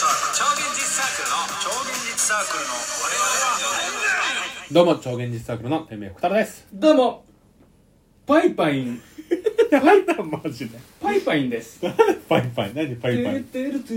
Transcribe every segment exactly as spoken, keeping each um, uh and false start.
サークルの我々はどうも超現実サークルの天命ふたらです。 どうもパイパインパイパインマジでパイパインです。 パイパイン何パイパイン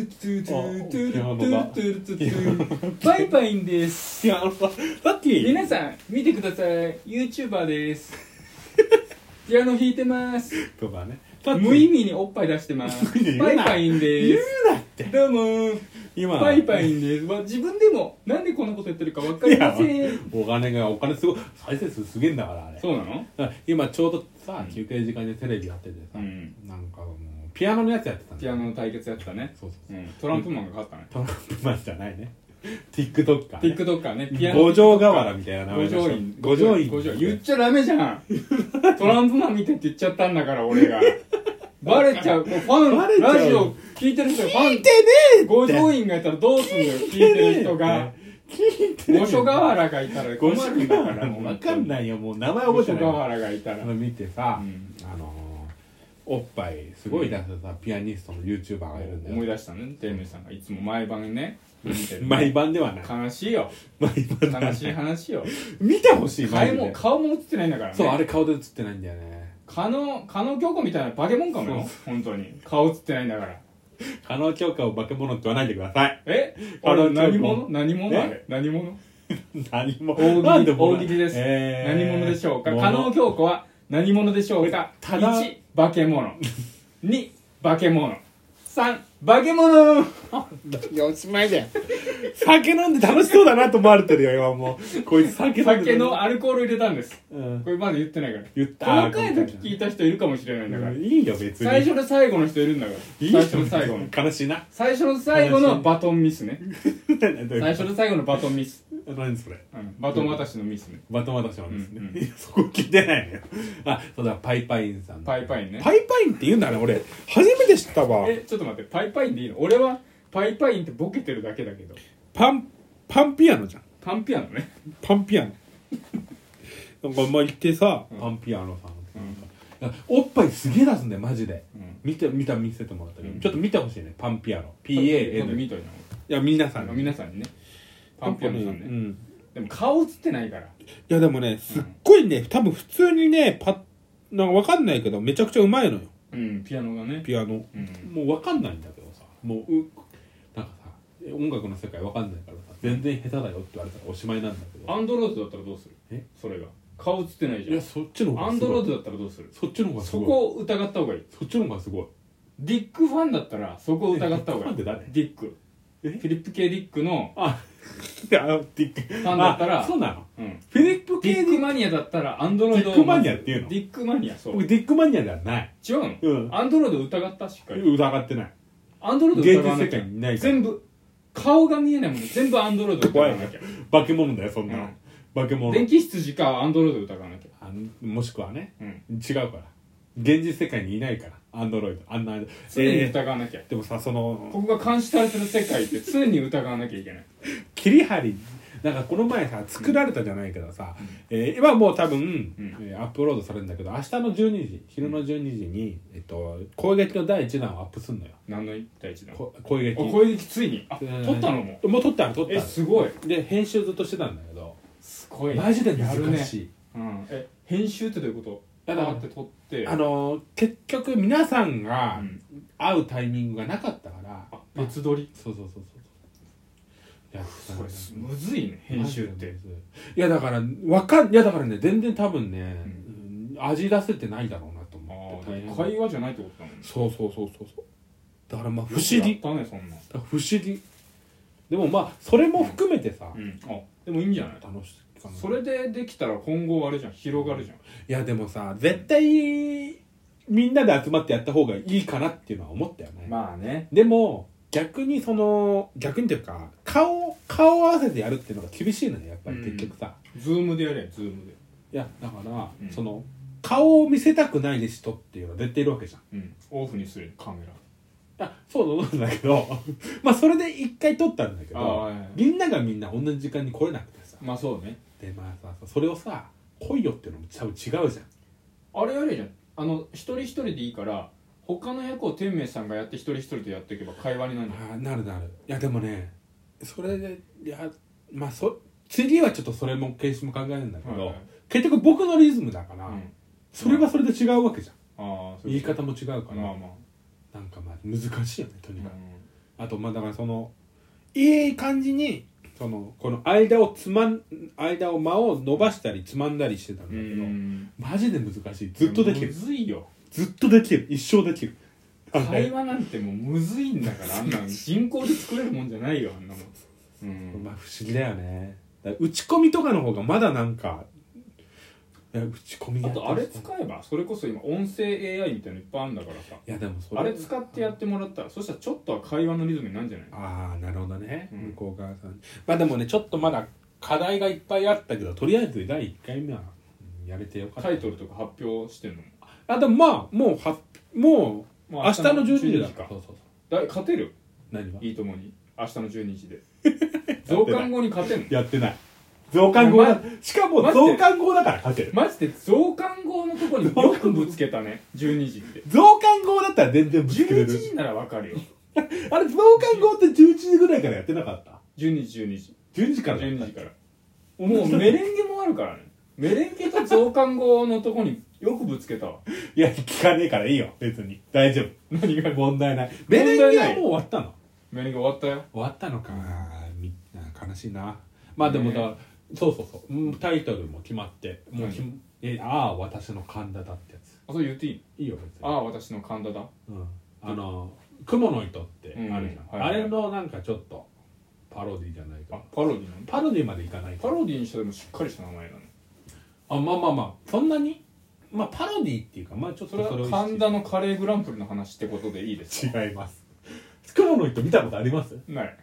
パイパインです。 いやあのささっき皆さん見てください YouTuber ですピアノ弾いてますとかね、 無意味におっぱい出してますパイパインです。 言うなってどうも今パイパインです。まあ、自分でもなんでこんなこと言ってるか分かりません。 お金がお金すごい再生数すげえんだからあれ。 そうなの？ だから今ちょうどさ、うん、休憩時間でテレビやっててさ、うん、なんかもうピアノのやつやってたんだピアノの対決やってたね。 そうそうそう、うん、 トランプマンが勝ったね。 トランプマンじゃないねTikToker ね TikToker ね。ピアノ五条河原みたいな名前五条院五条院言っちゃダメじゃんトランプマン見てって言っちゃったんだから俺がバレちゃう。もうファンラジオ聞いてる人がファン聞いてねえって五条院がいたらどうすんのよ。聞いてる人が聞いてねえ五所川原がいたら困るんだからもう分かんないよ。もう名前覚えてない。 五所川原がいたら見てさ、 うん、 あのー、おっぱいすごい出すさ、うん、ピアニストの YouTuber がいるんだよ。 思い出したね。テイメさんがいつも毎晩ね見てる、ね、 毎晩ではない。 悲しいよ。 毎晩悲しい話よ。 見てほしい。 顔も顔も映ってないんだからね。 そう、あれ顔で映ってないんだよね。 加納加納京子みたいな化け物かもよ。本当に顔映ってないんだから。 加納京子を化け物って言わないでください。 え？あれ何者？何者あれ？何者？ 何者？ 大喜利大喜利です。 えー、 何者でしょうか。加納京子は何者でしょうか。 ただいち化け物、に化け物、さん化け物。 おしまいだよ。酒飲んで楽しそうだなと思われてるよ今もう。こいつ酒飲んで酒のアルコール入れたんです、うん、これまだ言ってないから。 言ったこの回だけ聞いた人いるかもしれないんだから、うん、 いいよ別に。 最初の最後の人いるんだからいい最初の最後の悲しいな。 最初の最後のバトンミスね最初の最後のバトンミス。 何それ、 うん、バトン渡しのミスね。 バトン渡しのミスね、うんうん、そこ聞いてないのよ。あ、そうだ、パイパインさん。 パイパインね。 パイパインって言うんだね。俺初めて知ったわ。 え、ちょっと待って、パイパインでいいの？俺はパイパインってボケてるだけだけど。 パンパンピアノじゃん。 パンピアノね。 パンピアノなんかまあ言ってさ、うん、パンピアノさん、うん、おっぱいすげえ出すんだよマジで、うん、見て見た見せてもらったけど、うん、ちょっと見てほしいね。パンピアノ ピーエーエヌ見といたの。 いや皆さん、ね、 皆さんにね。パンピアノさんね、 うん、 でも顔映ってないから。いやでもねすっごいね、多分普通にねパッなんか分かんないけどめちゃくちゃうまいのよ。 うん、ピアノがね。 ピアノ、うん、もう分かんないんだけどさ、もううなんかさ音楽の世界分かんないからさ全然下手だよって言われたらおしまいなんだけど。 アンドロードだったらどうする？えそれが顔映ってないじゃん。 いやそっちの方がアンドロードだったらどうする？ そっちの方がすごい。 そこを疑った方がいい。 そっちの方がすごい。 ディックファンだったらそこを疑った方がいい。 ディックファンって誰？ ディックフィリップ・K・ディックのあディックファンだったらそうなの、 うん、 フィリップ・ディックマニアだったらアンドロイド。 ディックマニアっていうの？ ディックマニア。そう僕ディックマニアではない。 違うの？うん、アンドロイド疑ったしっかり疑ってない。 アンドロイド疑わなきゃ。 現実世界にいないから全部顔が見えないもんね。全部アンドロイド疑わなきゃ。 化け物だよそんなの、うん、化け物。 電気羊かアンドロイド疑わなきゃ。 あもしくはね、うん、違うから現実世界にいないからアンドロイドあんな常に疑わなきゃ、 えー、でもさそのここが監視されてる世界って常に疑わなきゃいけない切り張りなんかこの前さ作られたじゃないけどさ、うんえー、今もう多分、うんえー、アップロードされるんだけど明日のじゅうにじ昼のじゅうにじに、えっと、攻撃のだいいちだんをアップすんのよ。 何のだいいちだん？ 攻撃攻撃ついにあ、えー、撮ったのももう撮ったの撮ったの。 えすごい。 で編集ずっとしてたんだけどすごいマジで難しい、ねうん、え編集ってどういうこと？だからって撮ってあのー、結局皆さんが会うタイミングがなかったから、 うん、別撮り。 そうそうそうそういやそれむずいね編集って。 いやだからわかんいやだからね全然多分ね、うん、味出せてないだろうなと思って。 あ会話じゃないってことだもんね。 そうそうそうそうそうだからまあ不思議だねそんな。 不思議でもまあそれも含めてさ、 うんうん、あでもいいんじゃない？ 楽しいそれでできたら今後あれじゃん広がるじゃん。いやでもさ絶対みんなで集まってやった方がいいかなっていうのは思ったよね。 まあね。でも逆にその逆にというか顔顔を合わせてやるっていうのが厳しいのよやっぱり結局さ、 うん、ズームでやれズームで。いやだから、うん、その顔を見せたくないで人っていうのは絶対いるわけじゃん、 うん、オフにするカメラ。あそうなんだけどまあそれで一回撮ったんだけど、はいはい、みんながみんな同じ時間に来れなくてさ。 まあそうね。 でまあさそれをさ来いよっていうのも多分違うじゃん。 あれやれじゃんあの一人一人でいいから他の役を天明さんがやって一人一人でやっていけば会話になるんじゃない？ あーなるなる。いやでもねそれでいやまあそ次はちょっとそれもケースも考えるんだけど、 はいはい、 結局僕のリズムだから、うん、それはそれで違うわけじゃん、あ言い方も違うから、まあまあ、なんかまあ難しいよねとにかく、うん、あとまあだからそのいい感じにそのこの間をつまん間を間を伸ばしたりつまんだりしてたんだけど、うん、マジで難しい。ずっとできる。 むずいよ。 ずっとできる。一生できる。 会話なんてもうむずいんだからあんなの人工で作れるもんじゃないよあんなもん。 うん、まあ不思議だよね。だ打ち込みとかの方がまだなんかいや打ち込みやあとあれ使えばそれこそ今音声 エーアイ みたいなのいっぱいあるんだからさ。 いやでもそれあれ使ってやってもらったらそしたらちょっとは会話のリズムになるんじゃない？ ああなるほどね、うん、向こう側さんまあでもねちょっとまだ課題がいっぱいあったけどとりあえずだいいっかいめはやれてよかった。 タイトルとか発表してんの？ あでもまあもうはもう明日のじゅうにじだからそうそうそうだ勝てる？ 何が？ いいともに明日のじゅうにじで増刊号に勝てんの？ やってない増刊号だ、しかも増刊号だから勝てる。 マジで増刊号のとこによくぶつけたねじゅうにじって増刊号だったら全然ぶつけれる。 じゅういちじならわかるよあれ増刊号ってじゅういちじぐらいからやってなかった？ じゅうにじじゅうにじじゅうにじからじゅうにじからもうメレンゲもあるからねメレンゲと増刊号のとこによくぶつけたわ。 いや聞かねえからいいよ別に大丈夫。 何が問題ない。メレンゲはもう終わったの？ メレンゲ終わったよ。 終わったのか。み悲しいな。まあでもだ、ね、そうそうそうタイトルも決まってもうひ、うん、えああ私の神田だってやつ。 あそれ言っていい？ いいよ別に。 ああ私の神田だ。 うんあの雲の糸ってあるじゃん、うんはいはい、あれのなんかちょっとパロディじゃないか。 パロディなの？ パロディまでいかないか。 パロディにしてもしっかりした名前なの。 あまあまあまあそんなにまあパロディっていうかまあちょっとそれは神田のカレーグランプリの話ってことでいいですか？違います。雲の糸見たことあります？ ない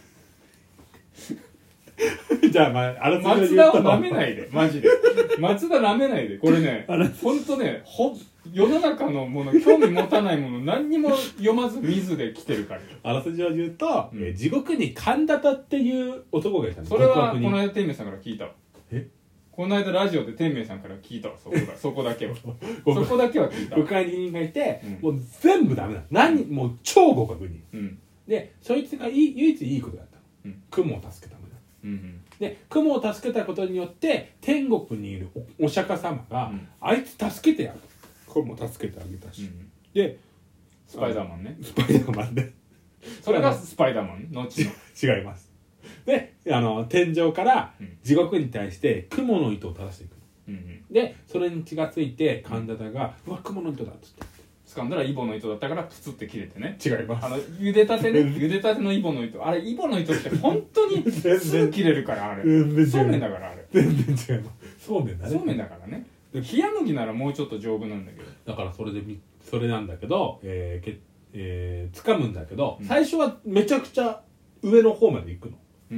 じゃあまああら松田を舐めないでマジで松田舐めないでこれねほんとねほ世の中のもの興味持たないもの何にも読まず見ずで来てるからあらすじを言うと、うん、え地獄に神田っていう男がいたんです。 それはこの間天明さんから聞いたわ。 えこの間ラジオで天明さんから聞いたわそこがそこだけはそこだけは聞いた。 部会人がいて、うん、もう全部ダメだ何、うん、もう超互角に、うん、でそいつがいい唯一いいことだったの、うん、雲を助けたのよ、うんうん、で雲を助けたことによって天国にいる お, お釈迦様が、うん、あいつ助けてやる雲を助けてあげたし、うん、でスパイダーマンねスパイダーマンでそれがスパイダーマンの後の違います。であの天井から地獄に対して雲の糸を垂らしていく、うんうん、でそれに気がついて神田が「うわ雲の糸だ」っつって掴んだらイボの糸だったからプツって切れてね。 違います。 あの茹でたてね茹でたてのイボの糸あれイボの糸って本当にすぐ切れるからあれそうめんだからあれ全然違います。そうめんだね。 そうめんだからね。冷麦ならもうちょっと丈夫なんだけどだからそれでそれなんだけど、えーけえー、掴むんだけど、うん、最初はめちゃくちゃ上の方まで行くの、うん、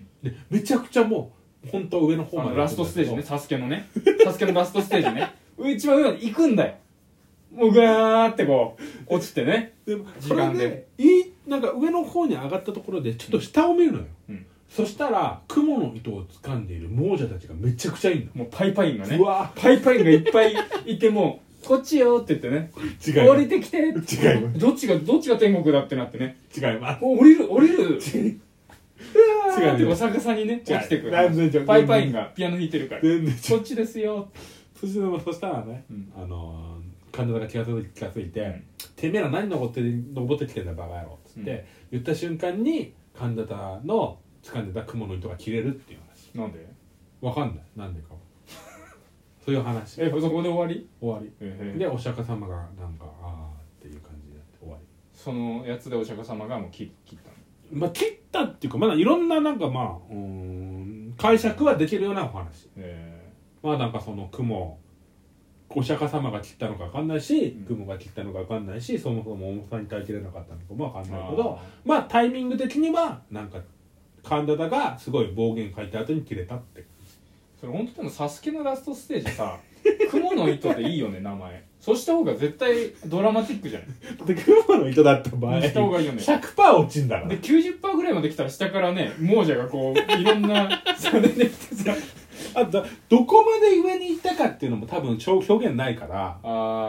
でめちゃくちゃもう本当上の方までラストステージねサスケのねサスケのラストステージね一番上まで行くんだよもうガーってこう落ちてねでも時間でいいなんか上の方に上がったところでちょっと下を見るのよ、うん、そしたら雲の糸を掴んでいる亡者たちがめちゃくちゃいいんだ。 もうパイパインがねうわパイパインがいっぱいいてもうこっちよって言ってね違い降りてきて違いますどっちがどっちが天国だってなってね違います降りる降りる違う違うお逆さにね落ちてくるパイパインがピアノ弾いてるから全然こっちですよそしたらね、うん、あのー、神田が気がついて気がついて、うん、てめえら何登って登ってきてんだバカ野郎っつって、うん、言った瞬間に神田の掴んでた雲の糸が切れるっていう話。 なんで？ わかんないなんでかそういう話。 えそこで終わり？ 終わり、えー、でお釈迦様がなんかあーっていう感じで終わり。 そのやつでお釈迦様がもう切ったの？ まあ切ったっていうかまだいろんななんかまあうーん解釈はできるようなお話、えー、まあなんかその雲お釈迦様が切ったのか分かんないし、うん、雲が切ったのか分かんないしそもそも重さに耐えきれなかったのかも分かんないけどまあタイミング的にはなんか神田がすごい暴言書いた後に切れたってそれ本当でもサスケのラストステージさ雲の糸でいいよね名前そうした方が絶対ドラマティックじゃないで雲の糸だった場合した方がいいよねひゃくパーセント 落ちんだからで きゅうじゅっパーセント ぐらいまで来たら下からね亡者がこういろんなそれできてさあとどこまで上に行ったかっていうのも多分表現ないからあ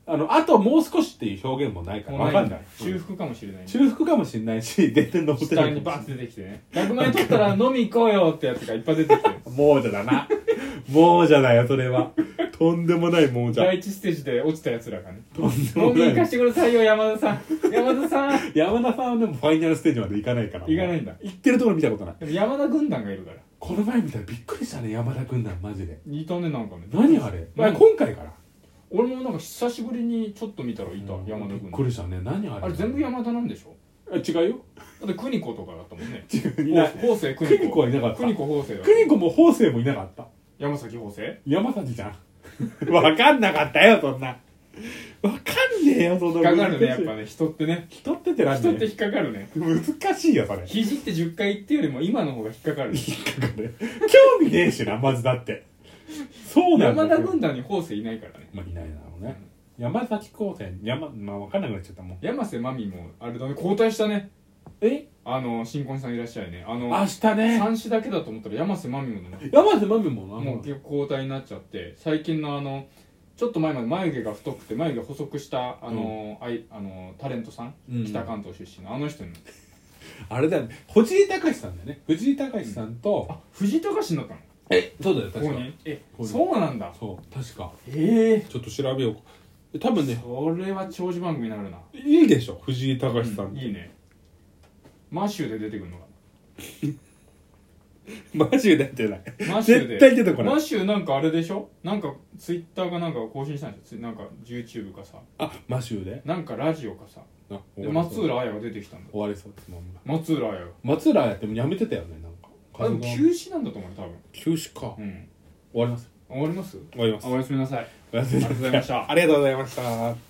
あのあともう少しっていう表現もないから分かんない。 中腹かもしれない、ね、 中腹かもしれないし、全然登ってない下にバッて出てきてね、ひゃくまん円取ったら飲み行こうよってやつがいっぱい出てきてもうじゃだなもうじゃだよそれはとんでもないもうじゃ。 第一ステージで落ちたやつらがね、 とんでも飲みない行かしてくださいよ山田さん山田さん山田さんはでもファイナルステージまで行かないから。 行かないんだ。 行ってるところ見たことない。 でも山田軍団がいるからこの前見たらびっくりしたね、山田軍団マジで。 いたね、なんかね。 何あれ、 何あ今回から俺もなんか久しぶりにちょっと見たらいた、 うん山田軍びっく団。 りしたね。何あれあれ全部山田なんでしょ。 あ違うよ。 だって邦子とかだったもんね。 違ういない。 法政邦邦子はいなかった。 邦子法政だ。 邦子も法政もいなかった。 山崎法政山崎じゃん分かんなかったよそんな。分かんねえよその。 引っかかるね、やっぱね、人ってね。 人ってってなん人ってで引っかかるね。 難しいよそれ。 肘ってじゅっかい言ってよりも今の方が引っかかる。 引っかかる。興味ねえしなまず。だってそうなんだ山田軍団に法政いないからね。 まあいないだろうね。山崎高専山まあ分かんなくなっちゃったもん。 山瀬まみもあれだね、交代したね。 えあの新婚さんいらっしゃいね。あの明日ね。 三子だけだと思ったら山瀬まみもね、 山瀬まみもな。 もう結構交代になっちゃって、最近のあのちょっと前まで眉毛が太くて眉毛細くしたあの、うん、あいあのタレントさん、うん、北関東出身のあの人にあれだよね、藤井隆さんだよね。藤井隆さんと、 うん、あ藤井隆になったの。 えそうだよ確か。 ここにえそうなんだ。 そう確か。 ええー、 ちょっと調べよう。多分ねそれは長寿番組になるな。 いいでしょ藤井隆さん、 うん、いいね。マッシュで出てくるのかマシューでやってないマッシュで絶対出てこない。 マッシュなんかあれでしょ、なんかツイッターがなんか更新したんですよ、なんか YouTube かさあマシューでなんかラジオかさあで松浦綾が出てきたんだ。 終わりそうですもん。 松浦綾が松浦やってもやめてたよねなんか。 あでも休止なんだと思う多分。 休止か。 うん終わります。 終わります。 終わります。 おやすみなさい。 おやすみなさい。 ありがとうございました。 ありがとうございました。